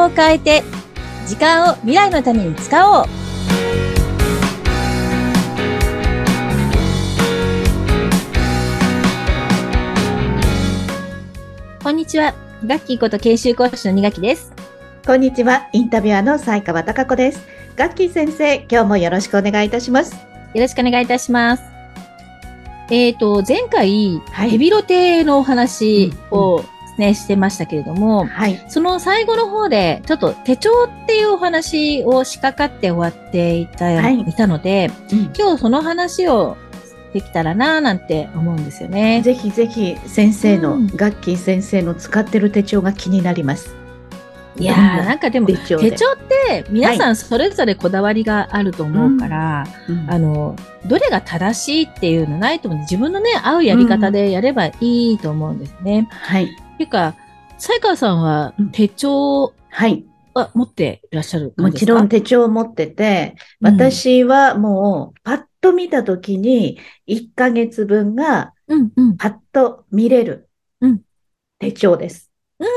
を変えて、時間を未来のために使おう。こんにちは。ガッキーこと研修講師の2学期です。 こんにちは。インタビュアーの西川貴子です。ガッキー先生、今日もよろしくお願いいたします。 よろしくお願いいたします。前回、 はい、 ヘビロテのお話をね、してましたけれども、 はい、 その最後の方で、ちょっと手帳っていうお話を仕掛かって終わっていたので、今日その話をできたらなぁなんて思うんですよね。 ぜひぜひ先生の、ガッキー先生の使ってる手帳が気になります。 いやー、なんかでも手帳って皆さんそれぞれこだわりがあると思うから、どれが正しいっていうのないと思うんで、自分のね、合うやり方でやればいいと思うんですね。 はい。 っていうか、西川さんは手帳は持っていらっしゃる感じですか？ もちろん手帳を持ってて、私はもうパッと見たときに1ヶ月分がパッと見れる手帳です。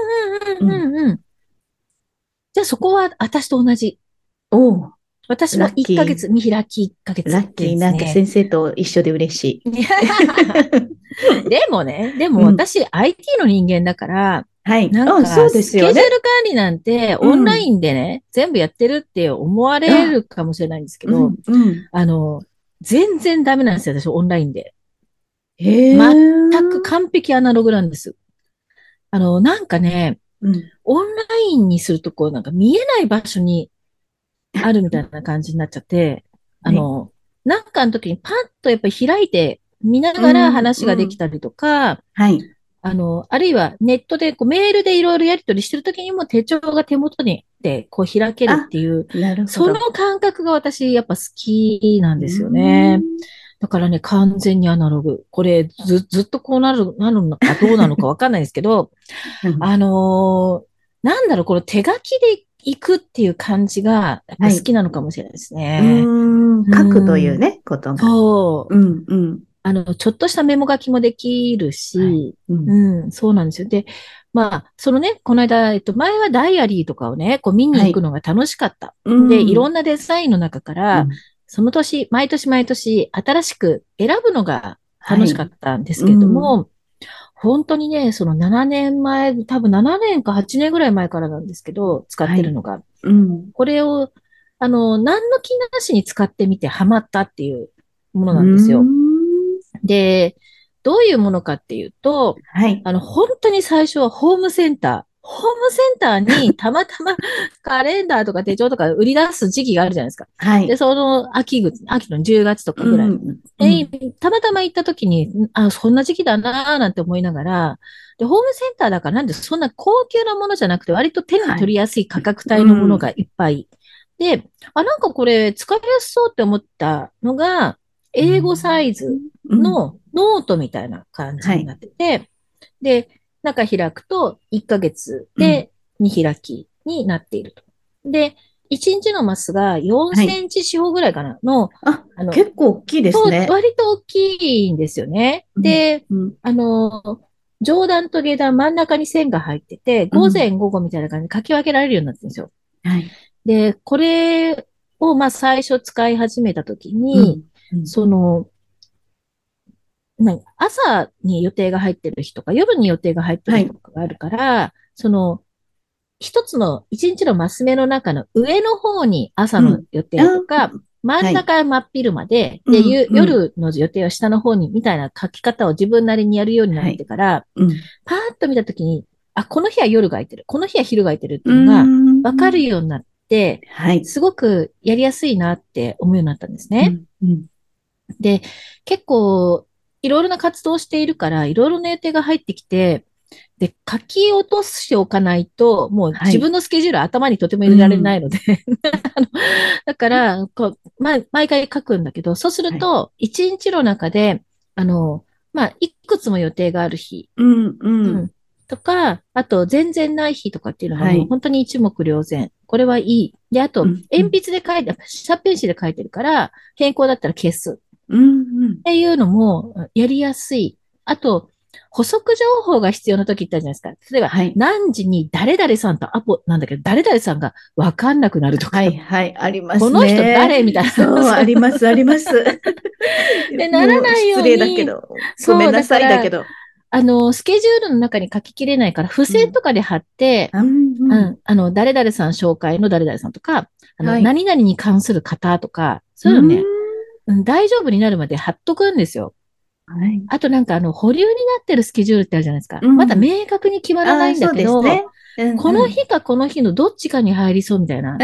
じゃあそこは私と同じ。私も1ヶ月、見開き1ヶ月、 ラッキー、なんか先生と一緒で嬉しい。 でも私、IT の人間だから、なんか、 そうですよね。 スケジュール管理なんて、オンラインでね、全部やってるって思われるかもしれないんですけど、全然ダメなんですよ、私、オンラインで。全く完璧アナログなんです。なんかね、オンラインにすると、こう、なんか見えない場所にあるみたいな感じになっちゃって、なんかの時にパッとやっぱり開いて見ながら話ができたりとか、あるいはネットでこうメールでいろいろやり取りしてる時にも手帳が手元にでこう開けるっていう、その感覚が私やっぱ好きなんですよね。だからね、完全にアナログ。これずっとこうなるのかどうなのかわかんないですけど、なんだろう、この手書きで行くっていう感じがやっぱ好きなのかもしれないですね。 書くというね、ことが。 そう。ちょっとしたメモ書きもできるし、そうなんですよ。で、まあ、そのね、この間、前はダイアリーとかをね、こう見に行くのが楽しかった。で、いろんなデザインの中から、その年、毎年毎年、新しく選ぶのが楽しかったんですけれども、本当にね、その7年前、多分7年か8年ぐらい前からなんですけど、使ってるのが。これを、何の気なしに使ってみてハマったっていうものなんですよ。で、どういうものかっていうと、本当に最初はホームセンターにたまたまカレンダーとか手帳とか売り出す時期があるじゃないですか。で、その秋の10月とかぐらい。たまたま行った時に、そんな時期だなーなんて思いながら、で、ホームセンターだからなんでそんな高級なものじゃなくて割と手に取りやすい価格帯のものがいっぱい。で、なんかこれ使いやすそうって思ったのが、英語サイズのノートみたいな感じになってて、で、中開くと1ヶ月で見開きになっていると。で、1日のマスが4センチ四方ぐらいかなの、 結構大きいですね。 割と大きいんですよね。で、上段と下段真ん中に線が入ってて、午前午後みたいな感じで書き分けられるようになってるんですよ。で、これをまあ最初使い始めたときに、その、朝に予定が入ってる日とか、夜に予定が入ってる日とかがあるから、その、一つの一日のマス目の中の上の方に朝の予定とか、真ん中真っ昼まで、で、夜の予定は下の方に、みたいな書き方を自分なりにやるようになってから、パーッと見たときに、この日は夜が空いてる、この日は昼が空いてるっていうのが分かるようになって、すごくやりやすいなって思うようになったんですね。で、結構、いろいろな活動をしているから、いろいろな予定が入ってきて、で、書き落としておかないと、もう自分のスケジュール頭にとても入れられないのでだから、毎回書くんだけど、そうすると、一日の中で、いくつも予定がある日、とか、あと、全然ない日とかっていうのがもう本当に一目瞭然。これはいい。で、あと、鉛筆で書いて、シャーペン紙で書いてるから、変更だったら消す。っていうのもやりやすい。あと、 補足情報が必要な時ってあるじゃないですか。例えば、 はい。 何時に誰々さんとなんだけど、誰々さんがわかんなくなるとか、 はい、はい、ありますこの人ね。 誰みたいな。 そう、 そうあります、あります。 で、ならもうないよ失うに、 礼だけど、ごめそう、 んなさいだけだから、 ど。 スケジュールの中に書ききれないから、付うん。 箋とかで貼って、 うん、うん。 誰々さん紹介の誰々さんとか、 はい。 何々に関する方とか、 うーそういうのね、 ん。 大丈夫になるまで貼っとくんですよ。 はい。 あとなんか保留になってるスケジュールってあるじゃないですか。まだうん。 明確に決まらなああ、 いんだそうけど、 ですね。うん、 このうん。 日かこの日のどっちかに入りそうみたいな。 うん、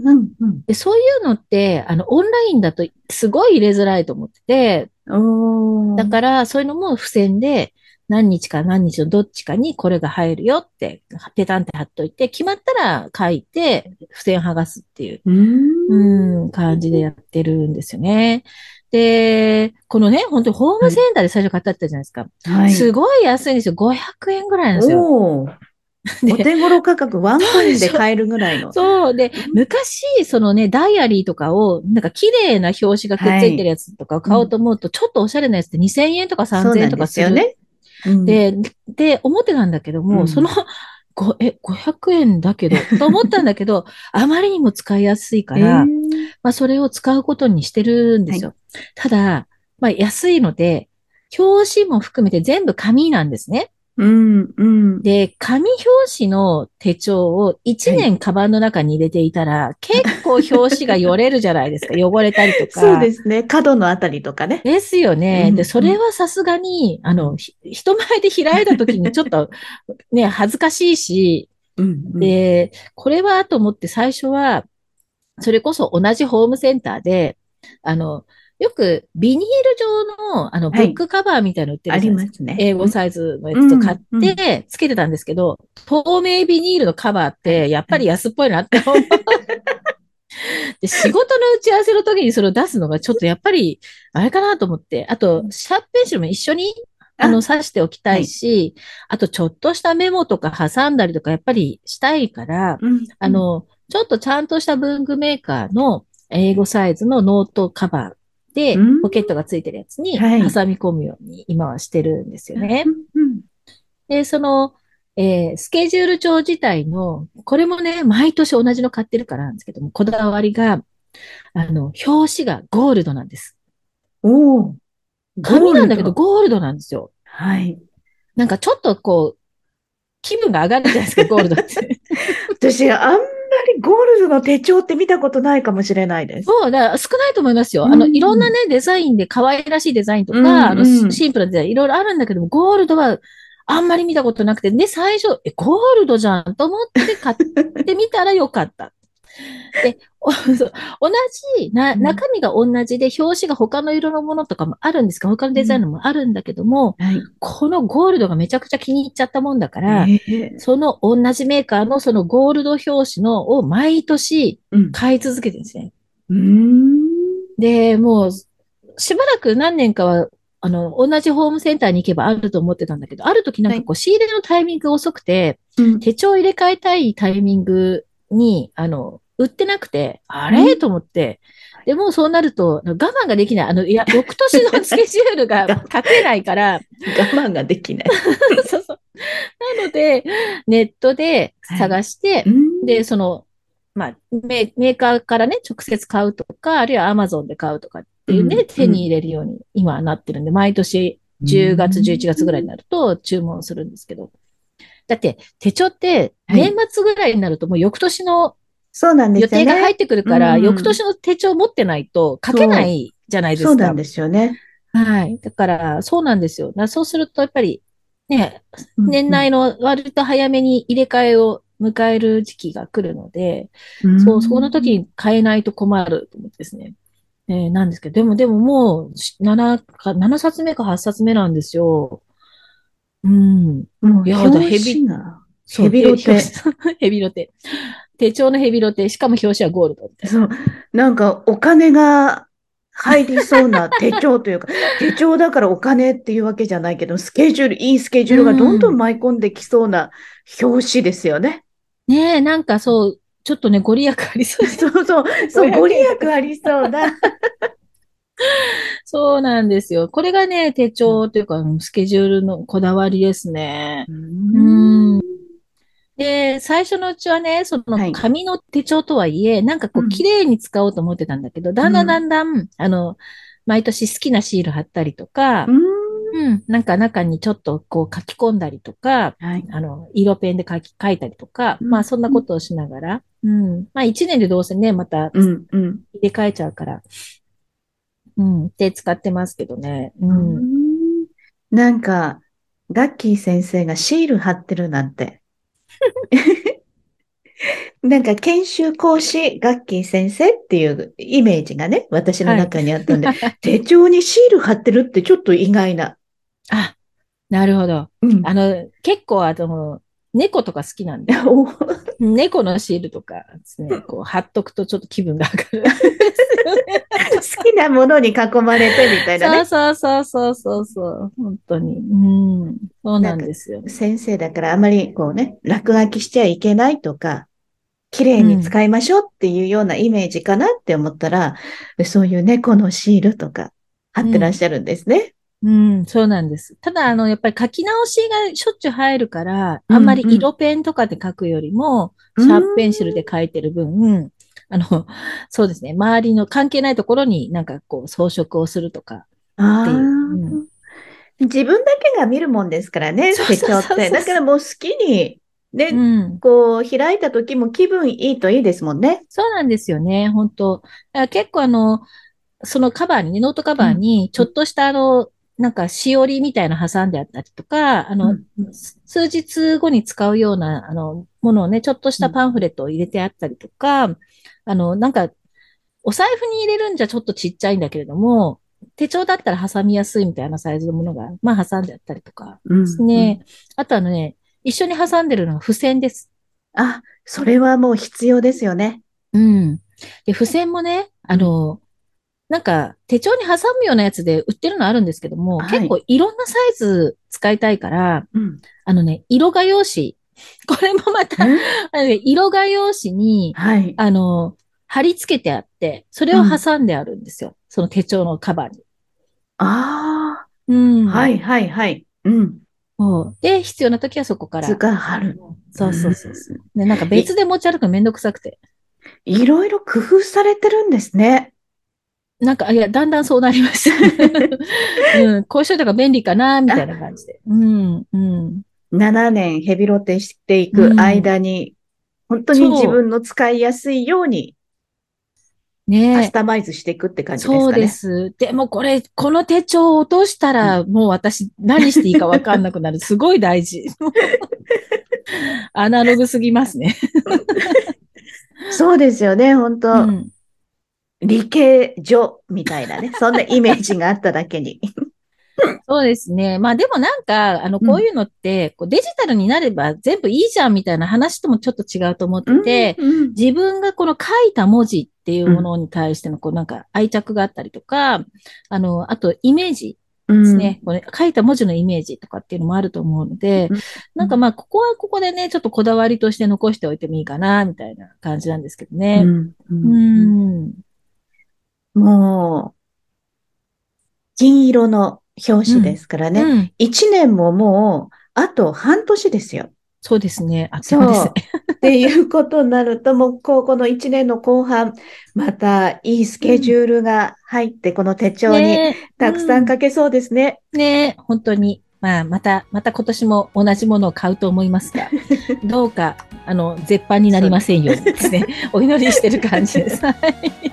うん、うん。 で、そういうのって、オンラインだとすごい入れづらいと思ってて、 おー。 だから、そういうのも付箋で、何日か何日のどっちかにこれが入るよって、ペタンって貼っといて、決まったら書いて、付箋剥がすっていう、 うーん。 感じでやってるんですよね。で、このね、本当にホームはい。 センターで最初買ったって言ったじゃないですか。 はい。 すごい安いんですよ。500円ぐらいなんですよ。 おー。おで、 手頃価格ワンコインでそうでしょ。 買えるぐらいの。 そう。で、 うん。 昔、そのね、ダイアリーとかを、なんか綺麗な表紙がくっついてはい。 るやつとかを買おううん。 と思うと、ちょっとおしゃれなやつって2000円とか3000円とそうなんでかする。 すよね。うん。 で、思ってたんだけども、 うん。 500円だけど、と思ったんだけど、あまりにも使いやすいかえら、 え。 まあ、それを使うことにしてるんではい。 すよ。ただ、まあ、安いので、表紙も含めて全部紙なんですね。 うん、うん。 で、紙表紙の手帳を1 はい。 年カバンの中に入れていたら、結構表紙がよれるじゃないですか。汚れたりとそうか。 ですね。角のあたりとかね。 ですよね。で、 うん、 そうん、 れはさすがに、 うん、 人前で開いた時にちょっとね、恥ずかしいし、 うん、うん。 で、これはと思って最初は、それこそ同じホームセンターで、あの、よくビニール状の、ブッはい。 クカバーみたいなの売ってありるじゃないですか。 ますね。 英語サイズのやうつを買っん、うん。 て、つけてたんですけど、透明ビニールのカバーっはい、 て、やっはい。 ぱり安っぽいなって思って、仕事の打ち合わせの時にそれを出すのがちょっとやっぱり、あれかなと思って、あと、シャープペンシルも一緒に、 あ、 刺しておきたいはい。 し、あと、ちょっとしたメモとか挟んだりとか、やっぱりしたいから、 うん、うん。 ちょっとちゃんとした文具メーカーの英語サイズのノートカバーで、 うん、 ポケットがついてるやつにはい。 挟み込むように今はしてるんですよね。 うん、うん。 で、スケジュール帳自体の、これもね、毎年同じの買ってるからなんですけども、こだわりが、表紙がゴールドなんです。 おー、ゴー紙なんだけどルド。 ゴールドなんですよ。 はい。 なんかちょっとこう、気分が上がるじゃないですか、ゴールドって。 私、あんまりゴールドの手帳って見たことないかもしれないです。 そう、だから少ないと思いますうよ。いろんなん、 ね、デザインで可愛らしいデザインとうか、 ん、うん。 シンプルなデザイン、いろいろあるんだけども、ゴールドはあんまり見たことなくて、で、最初、ゴールドじゃんと思って買ってみたらよかった。で、そう同うん中身が同じで、表紙が他の色のものとかもあるんですが、他のデザインうん。 のもあるんだけども、 はい。 このゴールドがめちゃくちゃ気に入っちゃったもんだから、 ええ。 その同じメーカーのそのゴールド表紙のを毎年うん。 買い続けてるんですね。 うーん。 で、もう、しばらく何年かは、同じホームセンターに行けばあると思ってたんだけど、ある時なんはい。 かこう、仕入れのタイミングが遅くて、 うん。 手帳入れ替えたいタイミングに、売ってなくて、あうん。 れと思って、でもそうなると、我慢ができない。いや、翌年のスケジュールがが、 書けないから、 我慢ができない。 そうそう。なので、ネットではい。 探して、 うーん。 で、まあ、メーカーからね、直接買うとか、あるいはアマゾンで買うとかっていうんで、 うん。う手にん。 入れるように今はなってるんで、毎年うー 10月、11月ぐらいにん。 なると注文するんですけど。だって手帳って年はい。 末ぐらいになるともう翌年のそうなんで予すよね。 定が入ってくるうから、翌ん。 年の手帳持ってないと書けなそう。 いじゃないですか。 そうなんですよね。 はい。だから、そうなんですよ。そうすると、やっぱり、ね、 うん。うん。 年内の割と早めに入れ替えを迎える時期が来るので、 うーそう、そこの時ん。 に変えないと困ると思ってですね。なんですけど、でももう、7冊目か8冊目なんですよ。うん。 もう、 いやだ、 表紙がそう、 ヘビロテ。 ヘビロテ。手帳のヘビロテ、しかも表紙はゴールドみたいそう。なんか、お金が入りそうな手帳というか、手帳だからお金っていうわけじゃないけど、スケジュール、いいスケジュな。 ールがどんうん。 どん舞い込んできそうな表紙ですよね。 ねえ、なんかそう、ちょっとね、ご利益ありそうで、 そうそう、そう、 500 ご利円だけど。 益ありそうな。 そうなんですよ。これがね、手うん。 帳というか、スケジュールのこだわりですね。 うーうん。 ん。で、最初のうちはね、そのはい。 紙の手帳とはいえ、なんかこう、綺うん。 麗に使おうと思ってたんだけど、だんだんだうん。 んだん、毎年好きなシール貼ったりとか、 うーん。 なんか中にちょっとこう書き込んだりとか、 はい。 色ペンで書いたりとか、 うん。 まあそんなことをしながら、まあ一年でどうせね、またうん。うん。 入れ替えちゃうから、で使ってますけどね。 うーん。なんか、ガッキー先生がシール貼ってるなんて。なんか研修講師ガッキー先生っていうイメージがね、私のはい。 中にあったんで、手帳にシール貼ってるってちょっと意外な。 あ、なるほど。 うん。 結構猫とか好きなんで、 お猫のシールとかですね、こう貼っとくとちょっと気分が上がるんですよね。 好きなものに囲まれてみたいなね。 そうそうそうそうそうそう。本当に。そうなんかなんですよ。 先生だからあまりこうね、落書きしちゃいけないとか、綺麗にうん。 使いましょうっていうようなイメージかなって思ったら、そういう猫のシールとか貼っうん。 てらっしゃるんですね。 うん、そうなんです。ただ、やっぱり書き直しがしょっちゅう入るから、 うあんまりんうん。 色ペンとかで書くよりも、 うーシャープペンシルでん。 書いてる分、あの、そうですね、周りの関係ないところになんかこう装飾をするとかっていう。 ああ。自分だけが見るもんですからね、手そうそう帳って。 そうそうそう。 だからもう好きに、 うね、 ん。 こう開いた時も気分いいといいですもんね。 そうなんですよね、本当。だから結構そのカバーにね、ノートカうん。 バーに、ちうん。 ょっとしたなんか、しおりみたいなの挟んであったりとか、 うん。うん。 数日後に使うような、ものをね、ちょっとしうん。 たパンフレットを入れてあったりとか、なんか、お財布に入れるんじゃちょっとちっちゃいんだけれども、手帳だったら挟みやすいみたいなサイズのものが、まあ挟んであったりとかですうん。うん。 ね。あと一緒に挟んでるのが付箋です。 あ、それはもう必要ですよね。 うん。で、付箋もね、 うん。 なんか手帳に挟むようなやつで売ってるのあるんですけども、結はい。 構いろんなサイズ使いたいから、 うん。 色画用紙。これもまた、 え色画用紙に、 はい。 貼り付けてあって、それをうん。 挟んであるんですよ。その手帳のカバーに。 あうあ、はん。 いはいはい。うん。 そうで、必要な時はそこから。 が貼る。 そうそううん。 そうそう。で、なんか別い、 で持ち歩くのめんどくさくて。 いろいろ工夫されてるんですね。 なんか、いや、だんだんそうなりました。こうしといた方が便利かな、みたいなあ、 感じで。うん。 7年ヘビロテしていうくん。 間に、本当に自そ分の使いやすいようにう。ね。 カスタマイズしていくって感じですそうかね。 です。でもこの手帳を落としたうん。 ら、もう私何していいかわかんなくなる。すごい大事。アナログすぎますね。 そうですよね、本当うん。 理系女みたいなね。そんなイメージがあっただけに。 そうですね。まあでもなんか、 うん。 こういうのって、こうデジタルになれば全部いいじゃんみたいな話ともちょっと違うと思っうん、 てて、 うん、 自分がこの書いた文字っていううん、 ものに対してのこうなんか愛着があったりとか、あとイメージうん、 ですね。これ書いた文字のイメージとかっていうのもあると思うので、 うん、うん、 なんかまあここはここでね、ちょっとこだわりとして残しておいてもいいかな、みたいな感じなんですけどね。 うん、ううん。 ん。 もう、金色の表紙でうん。 すからね。 うん。 一年ももう、あと半年ですよ。 そうですね。あっという間ですね。 そう。っていうことになると、もう、この一年の後半、またいいスうん。 ケジュールが入って、この手帳にねえ。 たくさうん。 ん書けそうですね。 ねえ、本当に。まあ、また今年も同じものを買うと思いますが、どうか、絶版になそう。 りませんようにですね、お祈りしてる感じです。はい。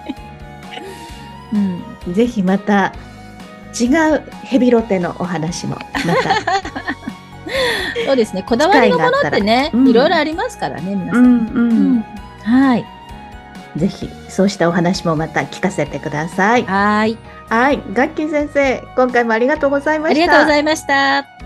うん。 ぜひまた違うヘビロテのお話も、またそうですね。こだ機会わりのものがあったら、 ってね、 うん、 いろいろありますからね、皆うん、 さんね。 うん。 うん。はい。 ぜひ、そうしたお話もまた聞かせてください。 はい。 はい。ガッキー先生、今回もありがとうございまありがとうごした。 ざいました。